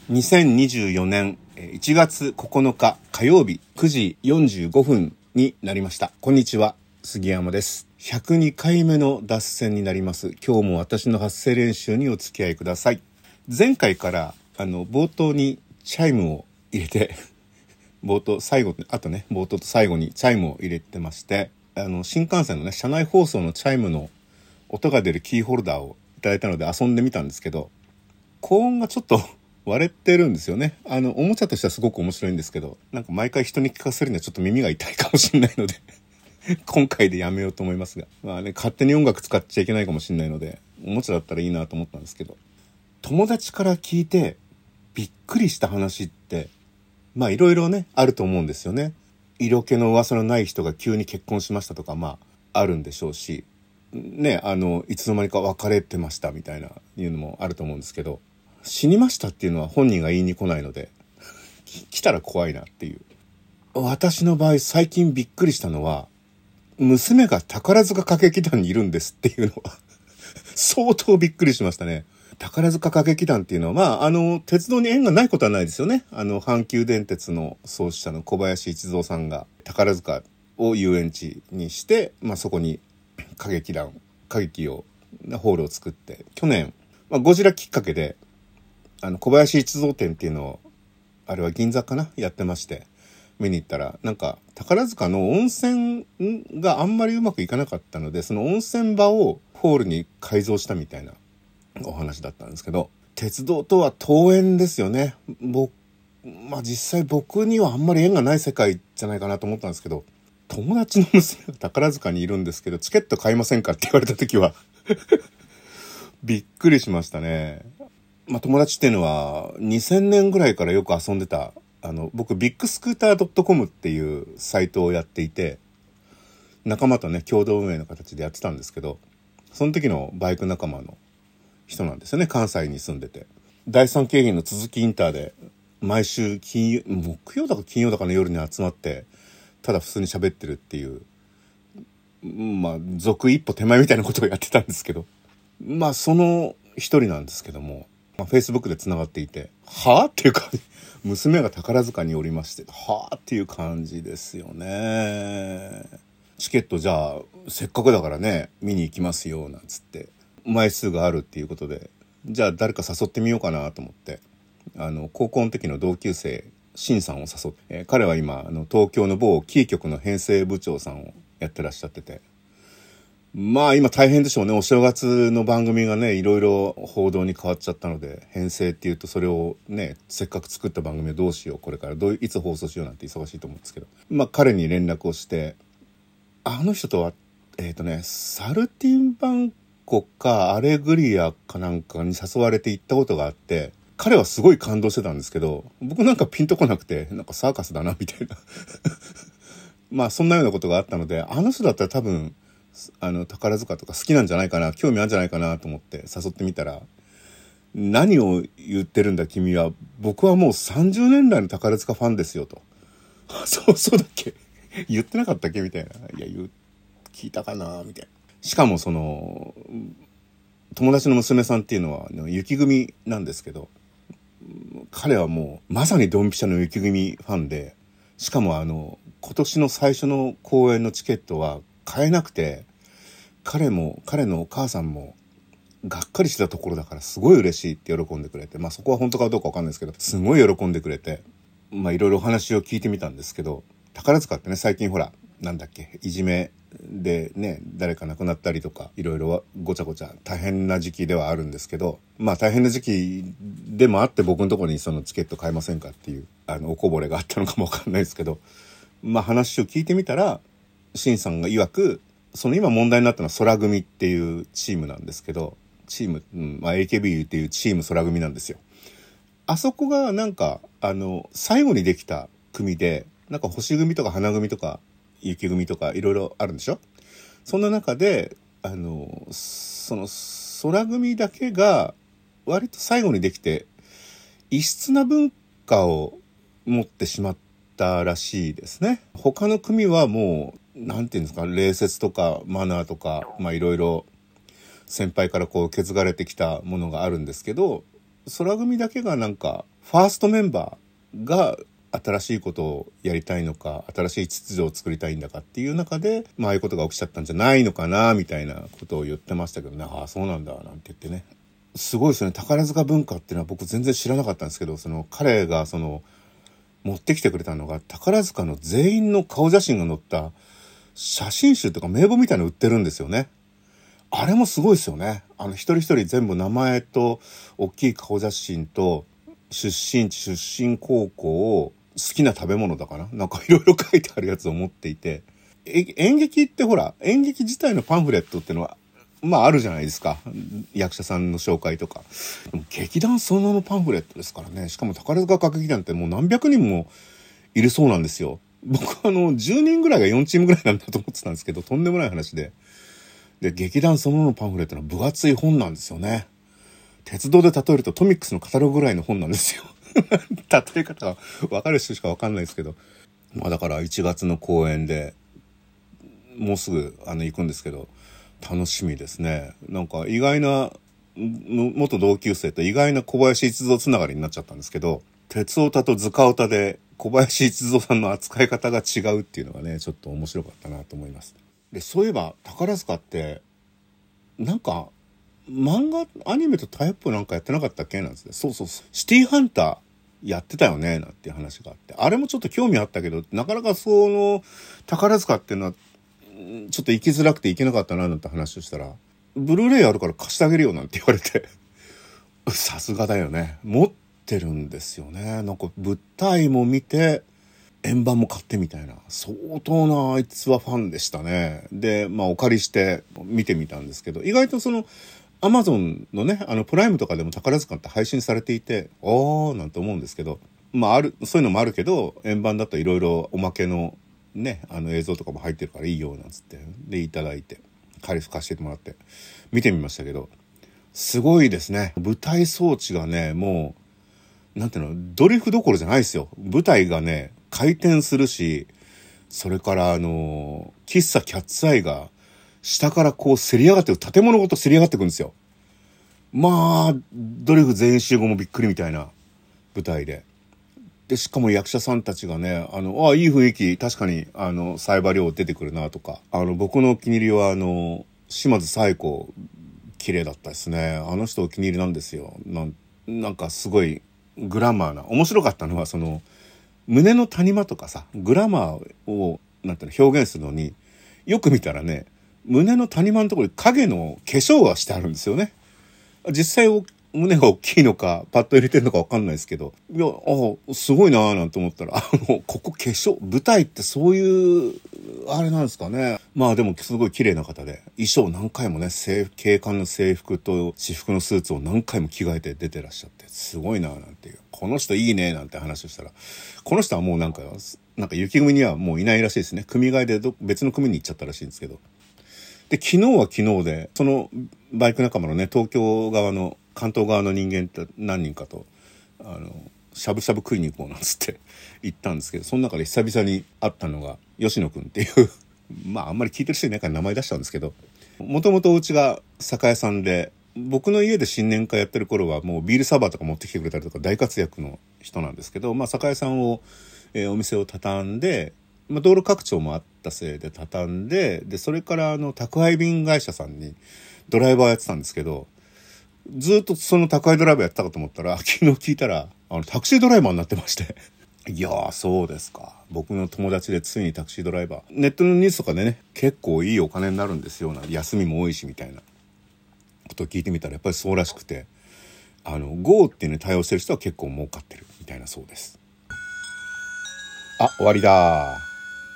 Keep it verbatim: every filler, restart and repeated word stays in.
にせんにじゅうよねんいちがつここのか火曜日くじよんじゅうごふんになりました。こんにちは、杉山です。ひゃくにかいめの脱線になります。今日も私の発声練習にお付き合いください。前回からあの冒頭にチャイムを入れて冒頭最後あとね冒頭と最後にチャイムを入れてまして、あの新幹線のね車内放送のチャイムの音が出るキーホルダーをいただいたので遊んでみたんですけど、高音がちょっと割れてるんですよね。あのおもちゃとしてはすごく面白いんですけど、なんか毎回人に聞かせるにはちょっと耳が痛いかもしれないので今回でやめようと思いますが、まあね、勝手に音楽使っちゃいけないかもしれないので、おもちゃだったらいいなと思ったんですけど、友達から聞いてびっくりした話ってまあいろいろねあると思うんですよね。色気の噂のない人が急に結婚しましたとか、まああるんでしょうしね、あのいつの間にか別れてましたみたいないうのもあると思うんですけど、死にましたっていうのは本人が言いに来ないので来たら怖いなっていう。私の場合最近びっくりしたのは、娘が宝塚歌劇団にいるんですっていうのは相当びっくりしましたね。宝塚歌劇団っていうのは、まあ、あの鉄道に縁がないことはないですよね。あの阪急電鉄の創始者の小林一三さんが宝塚を遊園地にして、まあ、そこに歌劇団歌劇をホールを作って、去年、まあ、ゴジラきっかけであの小林一三展っていうのを、あれは銀座かなやってまして、見に行ったらなんか宝塚の温泉があんまりうまくいかなかったので、その温泉場をホールに改造したみたいなお話だったんですけど、鉄道とは遠縁ですよね。僕まあ実際僕にはあんまり縁がない世界じゃないかなと思ったんですけど、友達の娘が宝塚にいるんですけどチケット買いませんかって言われた時はびっくりしましたね。まあ、友達っていうのはにせんねんぐらいからよく遊んでた、あの僕ビッグスクーター .com っていうサイトをやっていて、仲間とね共同運営の形でやってたんですけど、その時のバイク仲間の人なんですよね。関西に住んでて、第三京浜の続きインターで毎週金木曜だか金曜だかの夜に集まってただ普通に喋ってるっていう、まあ俗一歩手前みたいなことをやってたんですけど、まあその一人なんですけども、まあ、Facebook でつながっていて、はぁっていうか娘が宝塚におりまして、はぁっていう感じですよね。チケットじゃあせっかくだからね見に行きますよなんつって枚数があるっていうことで、じゃあ誰か誘ってみようかなと思って、あの高校の時の同級生シンさんを誘って、えー、彼は今あの東京の某キー局の編成部長さんをやってらっしゃってて、まあ今大変でしょうね。お正月の番組がねいろいろ報道に変わっちゃったので、編成っていうとそれをねせっかく作った番組をどうしよう、これからどういつ放送しようなんて忙しいと思うんですけど、まあ彼に連絡をして、あの人とはえっとねサルティンバンコかアレグリアかなんかに誘われて行ったことがあって、彼はすごい感動してたんですけど、僕なんかピンとこなくて、なんかサーカスだなみたいなまあそんなようなことがあったので、あの人だったら多分あの宝塚とか好きなんじゃないかな、興味あるんじゃないかなと思って誘ってみたら、何を言ってるんだ君は、僕はもうさんじゅうねん来の宝塚ファンですよとそうそうだっけ言ってなかったっけみたいな、いや言う聞いたかなみたいな。しかもその友達の娘さんっていうのは雪組なんですけど、彼はもうまさにドンピシャの雪組ファンで、しかもあの今年の最初の公演のチケットは買えなくて、彼も彼のお母さんもがっかりしてたところだからすごい嬉しいって喜んでくれて、まあそこは本当かどうかわかんないですけど、すごい喜んでくれて、まあいろいろお話を聞いてみたんですけど、宝塚ってね最近ほらなんだっけいじめでね誰か亡くなったりとかいろいろごちゃごちゃ大変な時期ではあるんですけど、まあ大変な時期でもあって僕のところにそのチケット買えませんかっていうあのおこぼれがあったのかもわかんないですけど、まあ話を聞いてみたらシンさんが曰く、その今問題になったのは空組っていうチームなんですけど、チーム、うんまあ、エーケービー っていうチーム空組なんですよ。あそこがなんかあの最後にできた組で、なんか星組とか花組とか雪組とかいろいろあるんでしょ。そんな中であのその空組だけが割と最後にできて異質な文化を持ってしまったらしいですね。他の組はもうなんていうんですか、礼節とかマナーとかまあいろいろ先輩からこう受け継がれてきたものがあるんですけど、 空組だけがなんかファーストメンバーが新しいことをやりたいのか、新しい秩序を作りたいんだかっていう中で、まあああいうことが起きちゃったんじゃないのかなみたいなことを言ってましたけどね。ああそうなんだなんて言ってね。すごいですよね。宝塚文化っていうのは僕全然知らなかったんですけど、その彼がその持ってきてくれたのが宝塚の全員の顔写真が載った写真集とか名簿みたいなの売ってるんですよね。あれもすごいですよね。あの一人一人全部名前と大きい顔写真と出身地、出身高校を好きな食べ物だかな、なんかいろいろ書いてあるやつを持っていて、え演劇ってほら演劇自体のパンフレットってのはまああるじゃないですか、役者さんの紹介とか。でも劇団そのもののパンフレットですからね。しかも宝塚歌劇団ってもう何百人もいるそうなんですよ。僕はあのじゅうにんぐらいがよんチームぐらいなんだと思ってたんですけど、とんでもない話で。で劇団そのもののパンフレットの分厚い本なんですよね。鉄道で例えるとトミックスのカタログぐらいの本なんですよ。例え方が分かる人しか分かんないですけど、まあだからいちがつの公演でもうすぐあの行くんですけど、楽しみですね。なんか意外な元同級生と意外な小林一三つながりになっちゃったんですけど、鉄オタと図鑑オタで小林一三さんの扱い方が違うっていうのがね、ちょっと面白かったなと思います。でそういえば宝塚ってなんか漫画アニメとタイアップなんかやってなかったっけなんですね。そうそうそう、シティーハンターやってたよねなんていう話があって、あれもちょっと興味あったけど、なかなかその宝塚っていうのはちょっと行きづらくて行けなかったななんて話をしたら、ブルーレイあるから貸してあげるよなんて言われてさすがだよね、持ってるんですよね。なんか舞台も見て円盤も買ってみたいな、相当なあいつはファンでしたね。でまあお借りして見てみたんですけど、意外とそのアマゾンのね、あのプライムとかでも宝塚って配信されていて、あーなんて思うんですけど、まあある、そういうのもあるけど、円盤だといろいろおまけのね、あの映像とかも入ってるからいいよなんつってでいただいて、借り貸してもらって見てみましたけど、すごいですね。舞台装置がね、もうなんていうの、ドリフどころじゃないですよ。舞台がね回転するし、それからあの喫茶キャッツアイが下からこうせり上がってる、建物ごとせり上がってくるんですよ。まあドリフ全員集合もびっくりみたいな舞台で、でしかも役者さんたちがね、あのあいい雰囲気、確かにあの冴羽亮出てくるなとか、あの僕のお気に入りはあの島津紗栄子、綺麗だったですね。あの人お気に入りなんですよ。なんなんかすごいグラマーな、面白かったのはその胸の谷間とかさ、グラマーをなんていうの表現するのに、よく見たらね、胸の谷間のところに影の化粧がしてあるんですよね。実際胸が大きいのかパッと入れてるのか分かんないですけど、いやあすごいなーなんて思ったら、あのここ化粧、舞台ってそういうあれなんですかね。まあでもすごい綺麗な方で、衣装何回もね、制警官の制服と私服のスーツを何回も着替えて出てらっしゃって、すごいなーなんていう、この人いいねなんて話をしたら、この人はもうなんかなんか雪組にはもういないらしいですね。組替えでど別の組に行っちゃったらしいんですけど、で昨日は昨日でそのバイク仲間のね、東京側の関東側の人間って何人かとあのしゃぶしゃぶ食いに行こうなんつって行ったんですけど、その中で久々に会ったのが吉野くんっていうまああんまり聞いてる人いないから名前出しちゃうんですけど、もともとお家が酒屋さんで、僕の家で新年会やってる頃はもうビールサーバーとか持ってきてくれたりとか大活躍の人なんですけど、まあ酒屋さんを、えー、お店を畳んで、まあ、道路拡張もあったせいで畳んで、でそれからあの宅配便会社さんにドライバーやってたんですけど、ずっとその宅配ドライバーやってたかと思ったら、昨日聞いたらあのタクシードライバーになってましていやーそうですか。僕の友達でついにタクシードライバー、ネットのニュースとかでね、結構いいお金になるんですよ、休みも多いしみたいなことを聞いてみたら、やっぱりそうらしくて、あの ゴー っていうのに対応してる人は結構儲かってるみたいなそうです。あ、終わりだ。